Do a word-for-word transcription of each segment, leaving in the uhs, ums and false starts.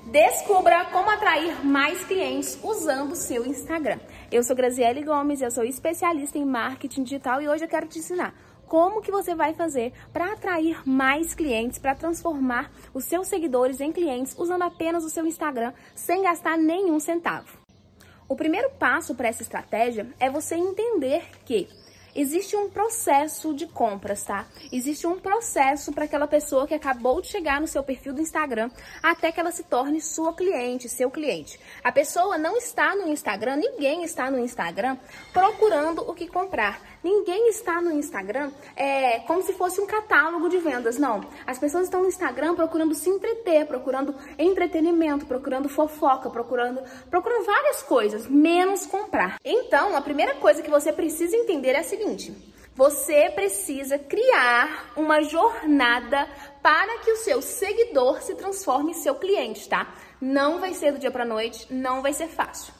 Descubra como atrair mais clientes usando o seu Instagram. Eu sou Graziele Gomes, eu sou especialista em marketing digital e hoje eu quero te ensinar como que você vai fazer para atrair mais clientes, para transformar os seus seguidores em clientes usando apenas o seu Instagram sem gastar nenhum centavo. O primeiro passo para essa estratégia é você entender que existe um processo de compras, tá? Existe um processo para aquela pessoa que acabou de chegar no seu perfil do Instagram até que ela se torne sua cliente, seu cliente. A pessoa não está no Instagram, ninguém está no Instagram procurando o que comprar. Ninguém está no Instagram é, como se fosse um catálogo de vendas, não. As pessoas estão no Instagram procurando se entreter, procurando entretenimento, procurando fofoca, procurando, procurando várias coisas, menos comprar. Então, a primeira coisa que você precisa entender é a seguinte: você precisa criar uma jornada para que o seu seguidor se transforme em seu cliente, tá? Não vai ser do dia para noite, não vai ser fácil.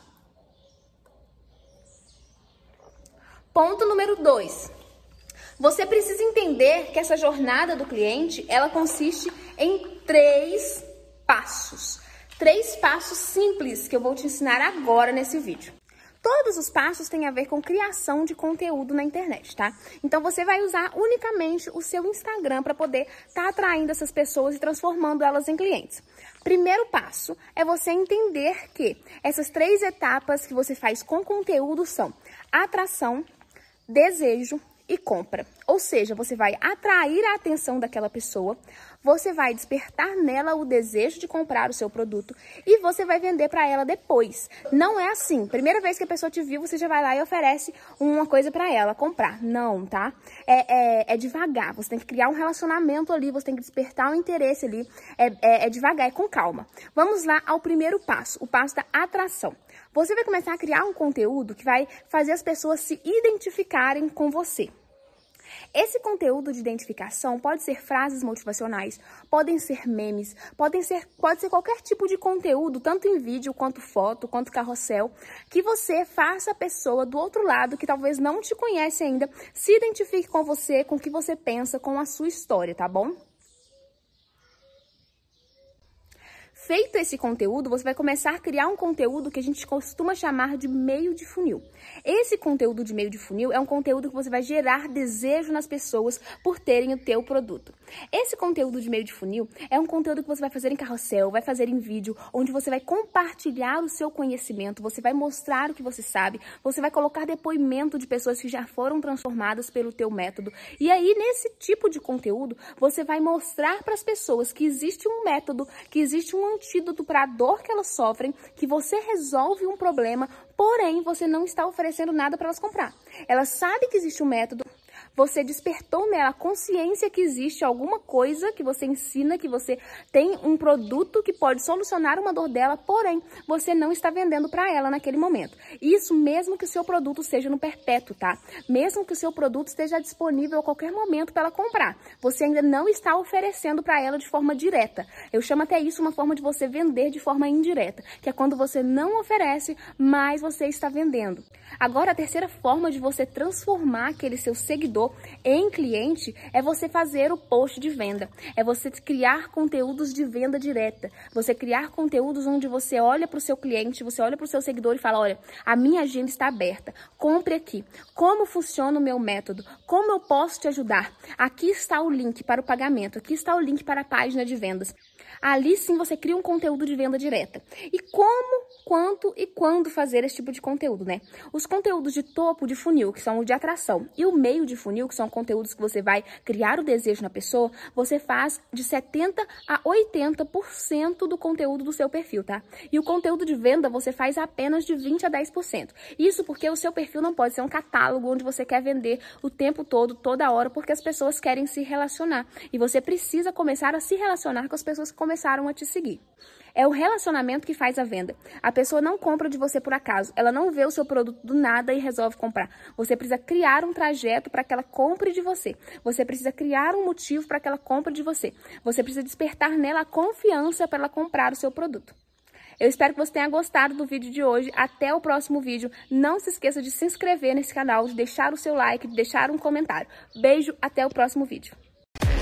Ponto número dois. Você precisa entender que essa jornada do cliente, ela consiste em três passos. Três passos simples que eu vou te ensinar agora nesse vídeo. Todos os passos têm a ver com criação de conteúdo na internet, tá? Então você vai usar unicamente o seu Instagram para poder estar tá atraindo essas pessoas e transformando elas em clientes. Primeiro passo é você entender que essas três etapas que você faz com conteúdo são atração, desejo e compra. Ou seja, você vai atrair a atenção daquela pessoa, você vai despertar nela o desejo de comprar o seu produto e você vai vender para ela depois. Não é assim, primeira vez que a pessoa te viu, você já vai lá e oferece uma coisa para ela comprar. Não, tá? É, é, é devagar, você tem que criar um relacionamento ali, você tem que despertar um interesse ali, é, é, é devagar, é com calma. Vamos lá ao primeiro passo, o passo da atração. Você vai começar a criar um conteúdo que vai fazer as pessoas se identificarem com você. Esse conteúdo de identificação pode ser frases motivacionais, podem ser memes, podem ser, pode ser qualquer tipo de conteúdo, tanto em vídeo, quanto foto, quanto carrossel, que você faça a pessoa do outro lado, que talvez não te conhece ainda, se identifique com você, com o que você pensa, com a sua história, tá bom? Feito esse conteúdo, você vai começar a criar um conteúdo que a gente costuma chamar de meio de funil. Esse conteúdo de meio de funil é um conteúdo que você vai gerar desejo nas pessoas por terem o teu produto. Esse conteúdo de meio de funil é um conteúdo que você vai fazer em carrossel, vai fazer em vídeo, onde você vai compartilhar o seu conhecimento, você vai mostrar o que você sabe, você vai colocar depoimento de pessoas que já foram transformadas pelo teu método. E aí, nesse tipo de conteúdo, você vai mostrar para as pessoas que existe um método, que existe um antídoto para a dor que elas sofrem, que você resolve um problema, porém você não está oferecendo nada para elas comprar. Ela sabe que existe um método, você despertou nela a consciência que existe alguma coisa que você ensina, que você tem um produto que pode solucionar uma dor dela, porém você não está vendendo para ela naquele momento. Isso mesmo que o seu produto seja no perpétuo, tá? Mesmo que o seu produto esteja disponível a qualquer momento para ela comprar, você ainda não está oferecendo para ela de forma direta. Eu chamo até isso uma forma de você vender de forma indireta, que é quando você não oferece, mas você está vendendo. Agora, a terceira forma de você transformar aquele seu seguidor em cliente é você fazer o post de venda, é você criar conteúdos de venda direta, você criar conteúdos onde você olha para o seu cliente, você olha para o seu seguidor e fala: olha, a minha agenda está aberta, compre aqui, como funciona o meu método, como eu posso te ajudar, aqui está o link para o pagamento, aqui está o link para a página de vendas. Ali sim você cria um conteúdo de venda direta. E como, quanto e quando fazer esse tipo de conteúdo, né? Os conteúdos de topo de funil, que são o de atração, e o meio de funil, que são conteúdos que você vai criar o desejo na pessoa, você faz de setenta a oitenta por cento do conteúdo do seu perfil, tá? E o conteúdo de venda você faz apenas de vinte a dez por cento. Isso porque o seu perfil não pode ser um catálogo onde você quer vender o tempo todo, toda hora, porque as pessoas querem se relacionar. E você precisa começar a se relacionar com as pessoas que começaram a te seguir. É o relacionamento que faz a venda. A pessoa não compra de você por acaso. Ela não vê o seu produto do nada e resolve comprar. Você precisa criar um trajeto para que ela compre de você. Você precisa criar um motivo para que ela compre de você. Você precisa despertar nela a confiança para ela comprar o seu produto. Eu espero que você tenha gostado do vídeo de hoje. Até o próximo vídeo. Não se esqueça de se inscrever nesse canal, de deixar o seu like, de deixar um comentário. Beijo, até o próximo vídeo.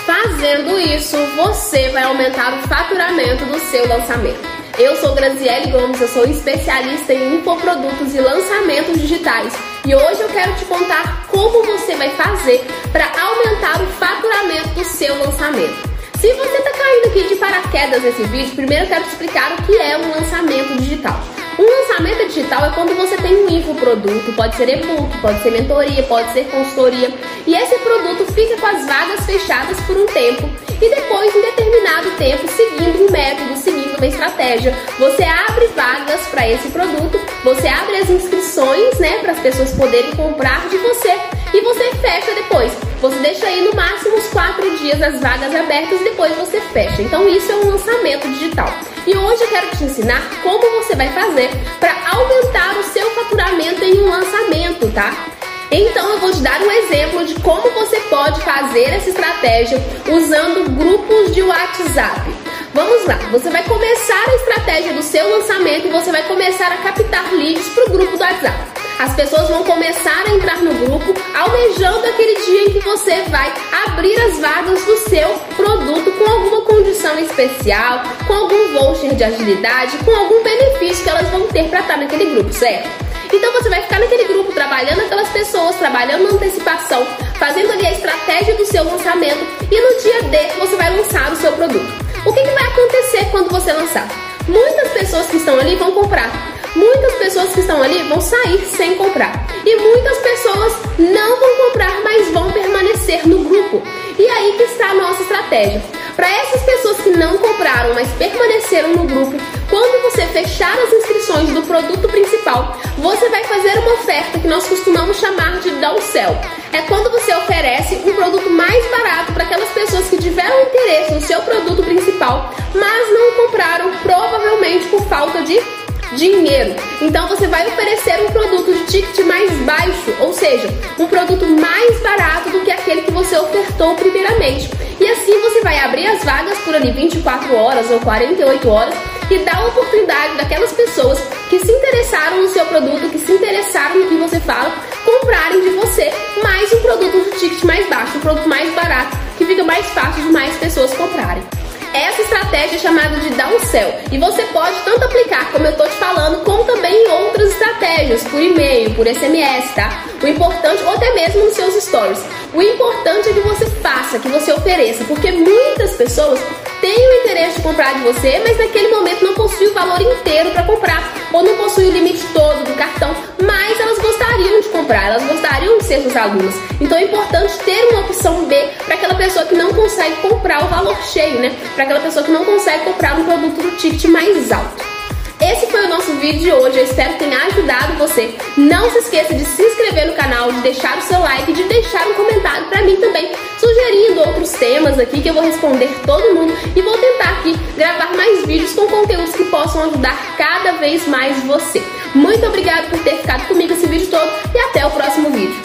Fazendo isso, você vai aumentar o faturamento do seu lançamento. Eu sou Graziele Gomes, eu sou especialista em infoprodutos e lançamentos digitais. E hoje eu quero te contar como você vai fazer para aumentar o faturamento do seu lançamento. Se você está caindo aqui de paraquedas nesse vídeo, primeiro eu quero te explicar o que é um lançamento digital. Um lançamento digital é quando você tem um infoproduto, pode ser e-book, pode ser mentoria, pode ser consultoria, e esse produto fica com as vagas fechadas por um tempo e depois, em determinado tempo, seguindo um método, seguindo uma estratégia, você abre vagas para esse produto, você abre as inscrições, né, para as pessoas poderem comprar de você e você fecha depois. Você deixa aí no máximo uns quatro dias as vagas abertas e depois você fecha. Então isso é um lançamento digital. E hoje eu quero te ensinar como você vai fazer para aumentar o seu faturamento em um lançamento, tá? Então eu vou te dar um exemplo de como você pode fazer essa estratégia usando grupos de WhatsApp. Vamos lá, você vai começar a estratégia do seu lançamento e você vai começar a captar leads para o grupo do WhatsApp. As pessoas vão começar a entrar no grupo almejando aquele dia em que você vai abrir as vagas do seu produto com alguma condição especial, com algum voucher de agilidade, com algum benefício que elas vão ter para estar naquele grupo, certo? Então você vai ficar naquele grupo trabalhando aquelas pessoas, trabalhando na antecipação, fazendo ali a estratégia do seu lançamento e no dia D você vai lançar o seu produto. O que, que vai acontecer quando você lançar? Muitas pessoas que estão ali vão comprar. Muitas pessoas que estão ali vão sair sem comprar. E muitas pessoas não vão comprar, mas vão permanecer no grupo. E aí que está a nossa estratégia. Para essas pessoas que não compraram, mas permaneceram no grupo, quando você fechar as inscrições do produto principal, você vai fazer uma oferta que nós costumamos chamar de downsell. É quando você oferece um produto mais barato para aquelas pessoas que tiveram interesse no seu produto principal, mas não compraram, provavelmente por falta de dinheiro. Então você vai oferecer um produto de ticket mais baixo, ou seja, um produto mais barato do que aquele que você ofertou primeiramente. E assim você vai abrir as vagas por ali vinte e quatro horas ou quarenta e oito horas e dar a oportunidade daquelas pessoas que se interessaram no seu produto, que se interessaram no que você fala, comprarem de você mais um produto de ticket mais baixo, um produto mais barato, que fica mais fácil de mais pessoas comprarem. Essa estratégia é chamada de downsell e você pode tanto aplicar, como eu tô te falando, como também em outras estratégias, por e-mail, por S M S, tá? O importante, ou até mesmo nos seus stories, o importante é que você faça, que você ofereça, porque muitas pessoas têm o interesse de comprar de você, mas naquele momento não possui o valor inteiro para comprar, ou não possui o limite todo do cartão, mas elas gostariam de comprar, elas gostariam de ser suas alunas. Então é importante ter uma opção B para aquela pessoa que não consegue comprar o valor cheio, né? Para aquela pessoa que não consegue comprar um produto do ticket mais alto. Esse foi o nosso vídeo de hoje, eu espero que tenha ajudado você. Não se esqueça de se inscrever no canal, de deixar o seu like, de deixar um comentário para mim também, sugerindo outros temas aqui que eu vou responder todo mundo e vou tentar aqui gravar mais vídeos com conteúdos que possam ajudar cada vez mais você. Muito obrigada por ter ficado comigo esse vídeo todo e até o próximo vídeo.